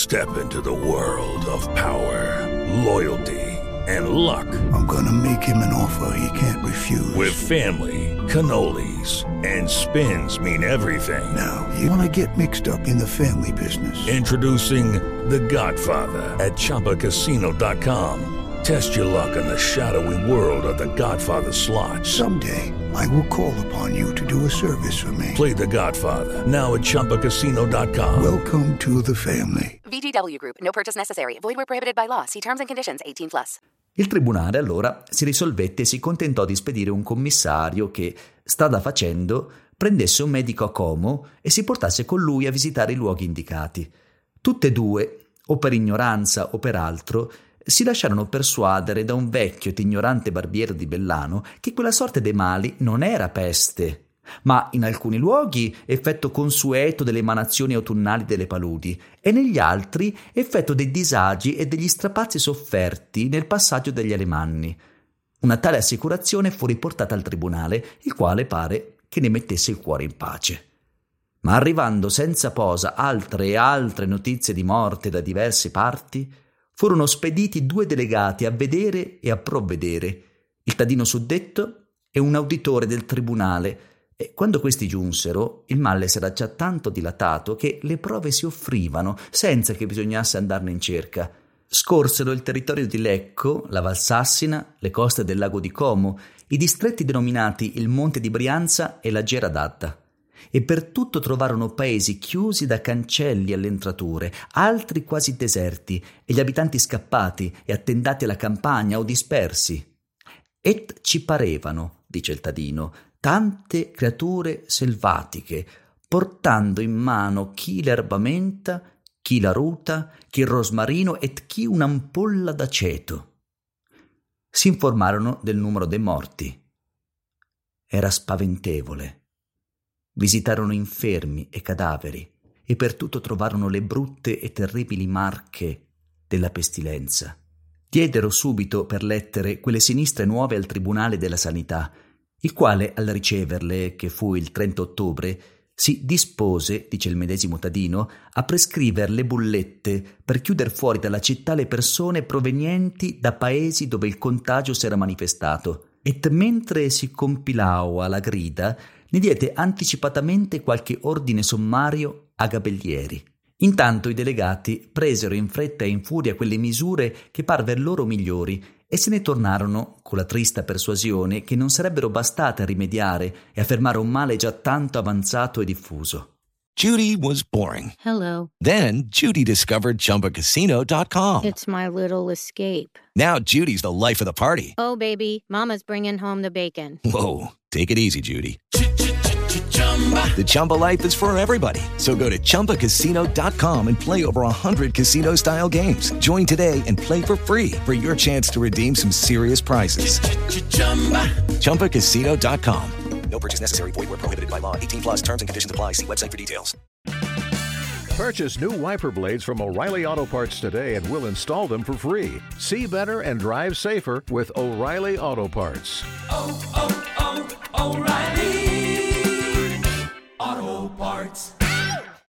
Step into the world of power, loyalty, and luck. I'm gonna make him an offer he can't refuse. With family, cannolis, and spins mean everything. Now, you wanna get mixed up in the family business. Introducing The Godfather at ChumbaCasino.com. Test your luck in the shadowy world of The Godfather slot. Someday, I will call upon you to do a service for me. Play The Godfather, now at ChumbaCasino.com. Welcome to the family. VGW Group. No purchase necessary. Void where prohibited by law. See terms and conditions. 18+. Il tribunale allora si risolvette e si contentò di spedire un commissario che, strada facendo, prendesse un medico a Como e si portasse con lui a visitare i luoghi indicati. Tutte e due, o per ignoranza o per altro, si lasciarono persuadere da un vecchio ed ignorante barbiere di Bellano che quella sorte dei mali non era peste, ma in alcuni luoghi effetto consueto delle emanazioni autunnali delle paludi e negli altri effetto dei disagi e degli strapazzi sofferti nel passaggio degli alemanni. Una tale assicurazione fu riportata al tribunale, il quale pare che ne mettesse il cuore in pace. Ma arrivando senza posa altre e altre notizie di morte da diverse parti, furono spediti 2 delegati a vedere e a provvedere, il tadino suddetto e un auditore del tribunale, e quando questi giunsero il male s'era già tanto dilatato che le prove si offrivano senza che bisognasse andarne in cerca. Scorsero il territorio di Lecco, la Valsassina, le coste del lago di Como, i distretti denominati il Monte di Brianza e la Gera d'Adda. E per tutto trovarono paesi chiusi da cancelli alle entrature, altri quasi deserti, e gli abitanti scappati e attendati alla campagna o dispersi. Et ci parevano, dice il tadino, tante creature selvatiche, portando in mano chi l'erba menta, chi la ruta, chi il rosmarino et chi un'ampolla d'aceto. Si informarono del numero dei morti. Era spaventevole. Visitarono infermi e cadaveri e per tutto trovarono le brutte e terribili marche della pestilenza. Diedero subito per lettere quelle sinistre nuove al Tribunale della Sanità, il quale, al riceverle, che fu il 30 ottobre, si dispose, dice il medesimo tadino, a prescrivere le bullette per chiuder fuori dalla città le persone provenienti da paesi dove il contagio s'era manifestato, et mentre si compilava la grida, ne diede anticipatamente qualche ordine sommario a gabellieri. Intanto i delegati presero in fretta e in furia quelle misure che parver loro migliori e se ne tornarono con la trista persuasione che non sarebbero bastate a rimediare e a fermare un male già tanto avanzato e diffuso. Judy was boring. Hello. Then Judy discovered ChumbaCasino.com. It's my little escape. Now Judy's the life of the party. Oh, baby, mama's bringing home the bacon. Whoa, take it easy, Judy. The Chumba life is for everybody. So go to ChumbaCasino.com and play over 100 casino-style games. Join today and play for free for your chance to redeem some serious prizes. ChumbaCasino.com. No purchase necessary. Void where prohibited by law. 18+ terms and conditions apply. See website for details. Purchase new wiper blades from O'Reilly Auto Parts today and we'll install them for free. See better and drive safer with O'Reilly Auto Parts. O'Reilly Auto Parts.